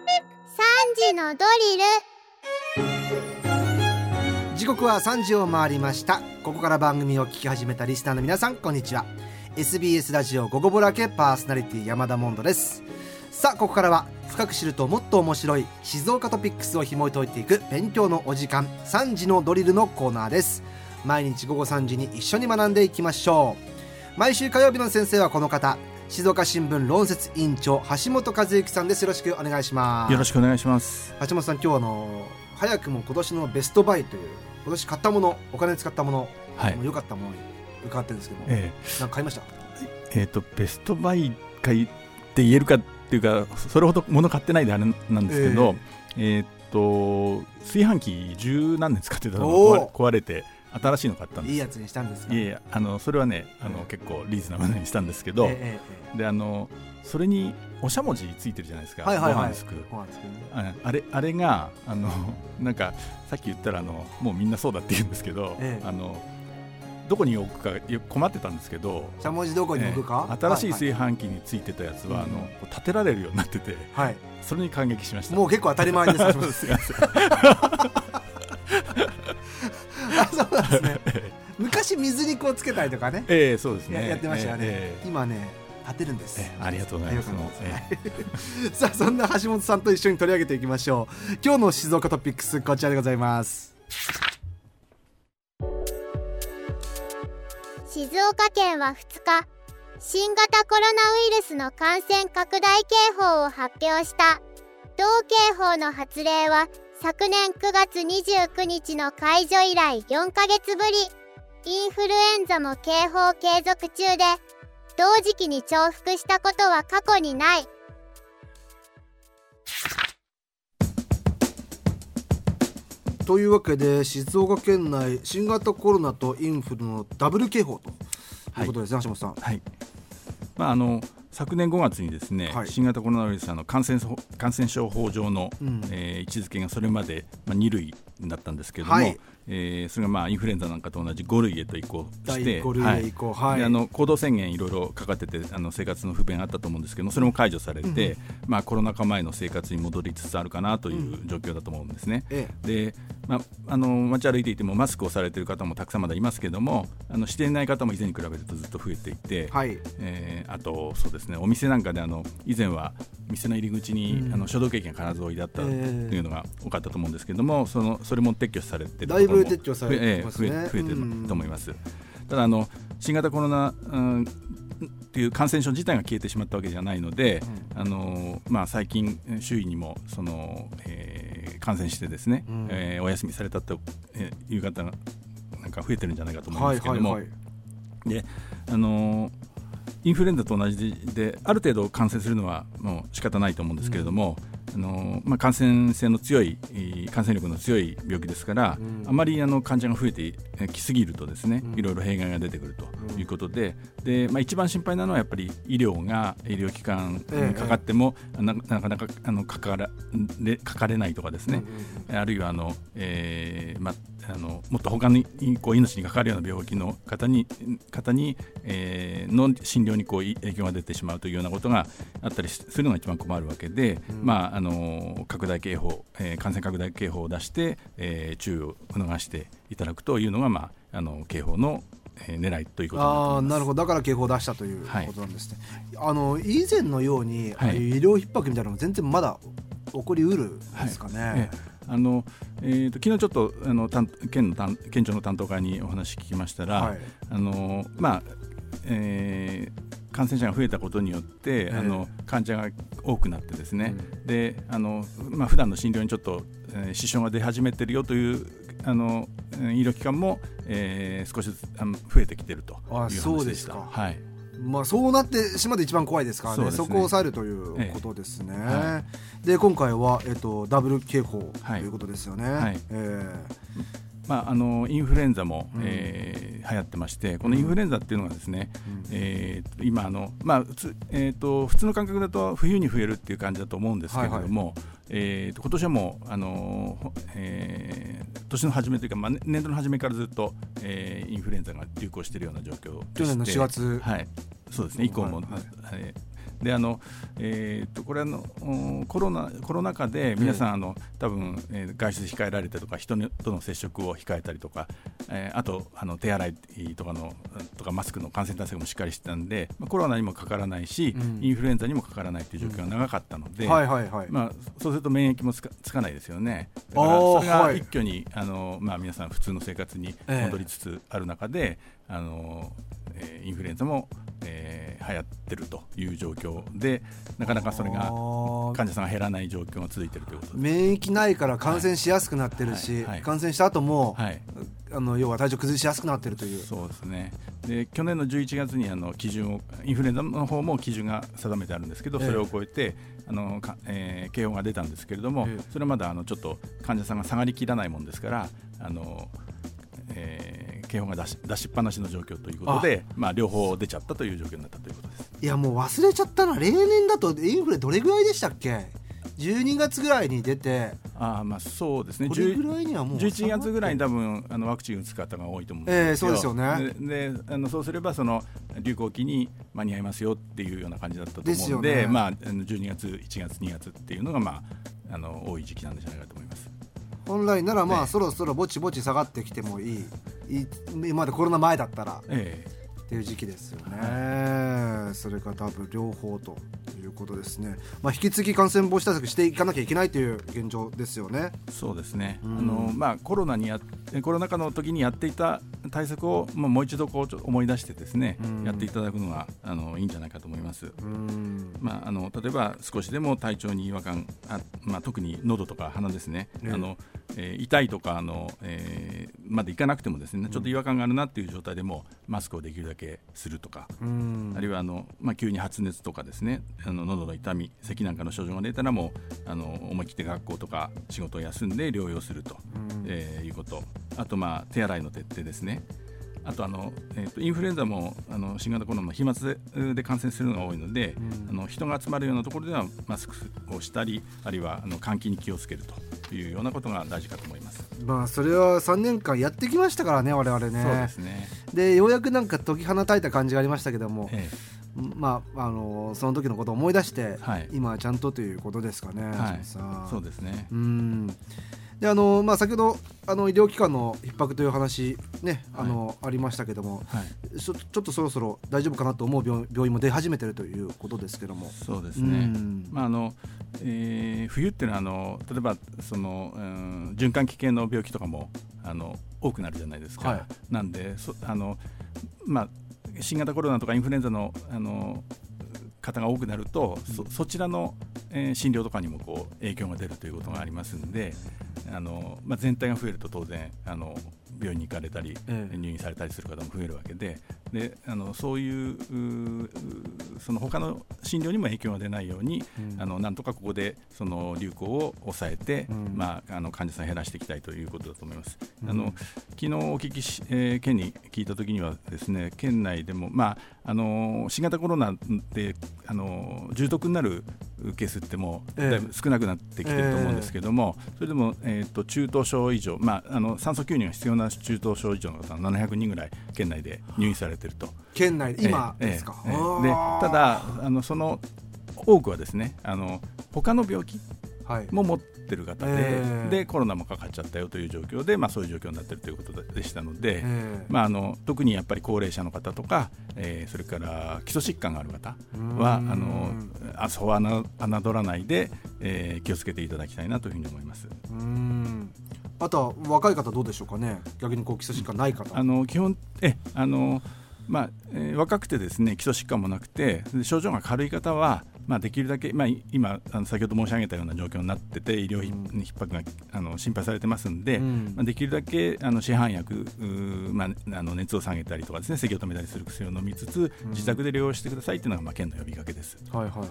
3時のドリル。 時刻は3時を回りました。ここから番組を聞き始めたリスナーの皆さん、こんにちは。 SBS ラジオ午後ぼらけパーソナリティ山田モンドです。さあ、ここからは深く知るともっと面白い静岡トピックスを紐解いていく勉強のお時間、3時のドリルのコーナーです。毎日午後3時に一緒に学んでいきましょう。毎週火曜日の先生はこの方、静岡新聞論説委員長橋本和之さんです。よろしくお願いします。 よろしくお願いします。 橋本さん、今日は早くも今年のベストバイという、今年買ったもの、お金使ったもの、良かったものに伺ってるんですけども、なんか買いました？ ベストバイ買いって言えるかっていうか、それほど物買ってないであれなんですけど、炊飯器十何年使ってたのが壊れて新しいの買ったんです。 いいやつにしたんですか？ いや、それはね、結構リーズナブルにしたんですけど、でそれにおしゃもじついてるじゃないですか、ご飯すくあれがなんかさっき言ったらもうみんなそうだって言うんですけど、どこに置くか困ってたんですけど、 しゃもじどこに置くか、 新しい炊飯器についてたやつは立てられるようになってて、それに感激しました。 もう結構当たり前ですすいませんそうなんですね。昔水にこうつけたりとかね、 そうですね、 やってましたよね。今ね、当てるんです。 ありがとうございます。 さあ、そんな橋本さんと一緒に取り上げていきましょう。今日の静岡トピックス、こちらでございます。 静岡県は2日、新型コロナウイルスの感染拡大警報を発表した。同警報の発令は昨年9月29日の解除以来4ヶ月ぶり。インフルエンザも警報継続中で、同時期に重複したことは過去にない。 というわけで、静岡県内新型コロナとインフルのダブル警報ということですね、橋本さん。 はい、昨年5月にですね、新型コロナウイルス感染症法上の、位置づけがそれまで、2類だったんですけれども、それがインフルエンザなんかと同じ5類へと移行して、 5類へ移行、 で行動制限いろいろかかってて生活の不便あったと思うんですけど、それも解除されて、コロナ禍前の生活に戻りつつあるかなという状況だと思うんですね。で、街歩いていてもマスクをされている方もたくさんまだいますけども、していない方も以前に比べるとずっと増えていて、あとそうですね、お店なんかで以前は店の入り口に消毒液が必ず置いてあったというのが多かったと思うんですけども、それも撤去されているところもだいぶ撤去されてますね。 増えていると思います。ただ新型コロナっていう感染症自体が消えてしまったわけじゃないので、最近周囲にも感染してですね、お休みされたという方がなんか増えてるんじゃないかと思うんですけども、でインフルエンザと同じである程度感染するのはもう仕方ないと思うんですけれども、感染力の強い病気ですから、あまり患者が増えてきすぎるとですね、いろいろ弊害が出てくるということで、一番心配なのはやっぱり医療機関にかかってもなかなかかかれないとかですね、あるいはもっと他に命にかかるような病気の方にの診療に影響が出てしまうというようなことがあったりするのが一番困るわけで、拡大警報、感染拡大警報を出して、注意を促していただくというのが、警報の狙いということになっています。 なるほど、だから警報を出したということなんですね。以前のように、医療逼迫みたいなのが全然まだ起こりうるんですかね。 昨日ちょっと県庁の担当課にお話聞きましたら、感染者が増えたことによって、患者が多くなってですね、で普段の診療にちょっと、支障が出始めているよという医療機関も、少しずつ増えてきているという話でした。 そうですか。そうなってしまって一番怖いですからね。そこを抑えるということですね。で、今回は、ダブル警報ということですよね。 インフルエンザも、流行ってまして、このインフルエンザっていうのがですね、今普通の感覚だと冬に増えるっていう感じだと思うんですけれども、今年はもう、年の初めというか、年度の初めからずっと、インフルエンザが流行しているような状況でして、 去年の4月、 そうですね、以降も、 でこれコロナ禍で皆さん多分、外出控えられてとか人との接触を控えたりとか、あと手洗いとかマスクの感染対策もしっかりしてたんで、コロナにもかからないし、インフルエンザにもかからないという状況が長かったので、そうすると免疫もつかないですよね。だからそれが一挙に皆さん普通の生活に戻りつつある中で、インフルエンザも、流行ってるという状況で、なかなかそれが患者さんが減らない状況が続いているということです。 免疫ないから感染しやすくなってるし、感染した後も、要は体調崩しやすくなってるという。 そうですね。で去年の11月に基準をインフルエンザの方も基準が定めてあるんですけど、それを超えて警報が出たんですけれども、それはまだちょっと患者さんが下がりきらないもんですから警報が出しっぱなしの状況ということで、両方出ちゃったという状況になったということです。 いやもう忘れちゃったな。例年だとインフレどれぐらいでしたっけ？12月ぐらいに出て、 そうですね。 これぐらいにはもう 11月ぐらいに多分ワクチン打つ方が多いと思うんですよ。 そうですよね。 でそうすればその流行期に間に合いますよっていうような感じだったと思うので、12月、1月、2月っていうのが多い時期なんじゃないかと思います。 本来ならそろそろぼちぼち下がってきてもいい、今までコロナ前だったら、っていう時期ですよね。それが多分両方ということですね。引き続き感染防止対策していかなきゃいけないという現状ですよね。 そうですね。コロナ禍の時にやっていた対策を、もう一度思い出してですね、やっていただくのがいいんじゃないかと思います。例えば少しでも体調に違和感、特に喉とか鼻ですね、痛いとかまでいかなくてもですね、ちょっと違和感があるなっていう状態でもマスクをできるだけするとか、あるいは急に発熱とかですね、喉の痛み、咳なんかの症状が出たらもう思い切って学校とか仕事を休んで療養すると、いうこと。あと手洗いの徹底ですね。あとインフルエンザも新型コロナの飛沫で感染するのが多いので、人が集まるようなところではマスクをしたり、あるいは換気に気をつけるというようなことが大事かと思います。 それは3年間やってきましたからね、我々ね。 そうですね。 でようやくなんか解き放たれた感じがありましたけども、その時のことを思い出して、今はちゃんとということですかね。 そうですね。 で先ほど医療機関の逼迫という話ね、ありましたけども、ちょっとそろそろ大丈夫かなと思う病院も出始めているということですけども。 そうですね。冬っていうのは例えば循環器系の病気とかも多くなるじゃないですか。なんで新型コロナとかインフルエンザの方が多くなると、そちらの、診療とかにも影響が出るということがありますので、全体が増えると当然病院に行かれたり、入院されたりする方も増えるわけで、そういうその他の診療にも影響が出ないように、なんとかここでその流行を抑えて、患者さん減らしていきたいということだと思います。昨日お聞き県に聞いたときにはですね、県内でも、新型コロナで重篤になるケースってもうだいぶ少なくなってきていると思うんですけども、それでも、中等症以上、酸素吸入が必要な中等症以上の方が700人ぐらい県内で入院されていると。県内で今ですか。でただその多くはですね、他の病気も持ってる方で、コロナもかかっちゃったよという状況で、そういう状況になっているということでしたので、特にやっぱり高齢者の方とか、それから基礎疾患がある方はそう侮らないで、気をつけていただきたいなというふうに思います。 あとは若い方どうでしょうかね。逆に基礎疾患ない方、 基本若くてですね、基礎疾患もなくて症状が軽い方は、できるだけ、今先ほど申し上げたような状況になってて、医療逼迫が心配されてますんで、できるだけ市販薬、熱を下げたりとかですね、咳を止めたりする薬を飲みつつ、自宅で療養してくださいというのが県の呼びかけです。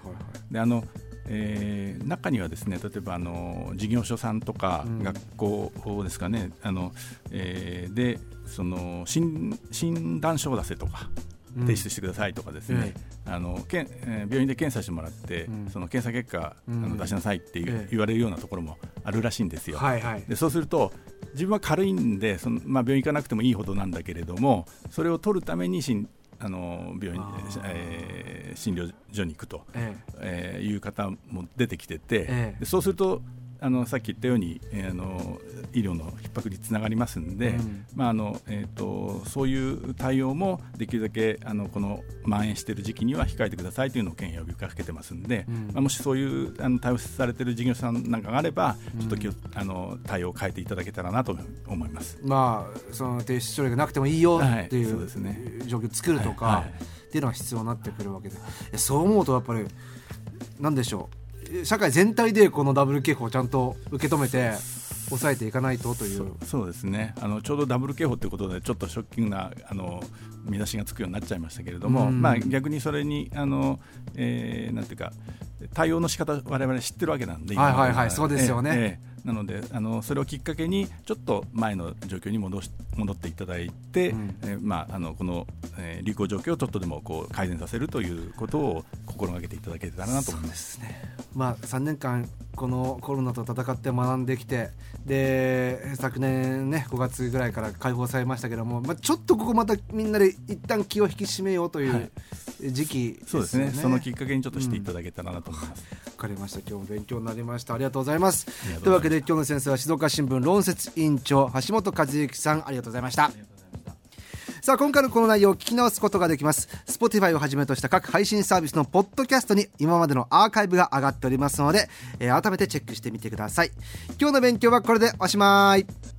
で中にはですね、例えば事業所さんとか学校ですかね、でその診断書を出せとか提出してくださいとかですね、病院で検査してもらって、その検査結果出しなさいって言われるようなところもあるらしいんですよ。でそうすると自分は軽いんで病院行かなくてもいいほどなんだけれども、それを取るために診病院、診療所に行くと、いう方も出てきてて、でそうするとさっき言ったように、医療の逼迫につながりますので、そういう対応もできるだけこの蔓延している時期には控えてくださいというのを県や呼びかけてますので、もしそういう対応されている事業者さんなんかがあれば、ちょっと対応を変えていただけたらなと思います。 その停止処理がなくてもいいよっていう、 そうですね、 状況を作るとか、っていうのが必要になってくるわけで、そう思うとやっぱりなんでしょう、社会全体でこのダブル警報をちゃんと受け止めて抑えていかないとという。 そうですね、ちょうどダブル警報ということでちょっとショッキングな見出しがつくようになっちゃいましたけれども、逆にそれになんていうか対応の仕方我々知ってるわけなんで、 そうですよね、 なのでそれをきっかけにちょっと前の状況に戻っていただいて、この、流行状況をちょっとでもこう改善させるということを心がけていただけたらなと思います。 そうですね、3年間このコロナと戦って学んできて、で昨年ね5月ぐらいから解放されましたけども、ちょっとここまたみんなで一旦気を引き締めようという時期ですよね。 そうですね、そのきっかけにちょっとしていただけたらなと思います。 わかりました。今日も勉強になりました。ありがとうございます。というわけで今日の先生は静岡新聞論説委員長橋本和之さん、ありがとうございました。さあ今回のこの内容を聞き直すことができます。 Spotify をはじめとした各配信サービスのポッドキャストに今までのアーカイブが上がっておりますので、改めてチェックしてみてください。今日の勉強はこれでおしまい。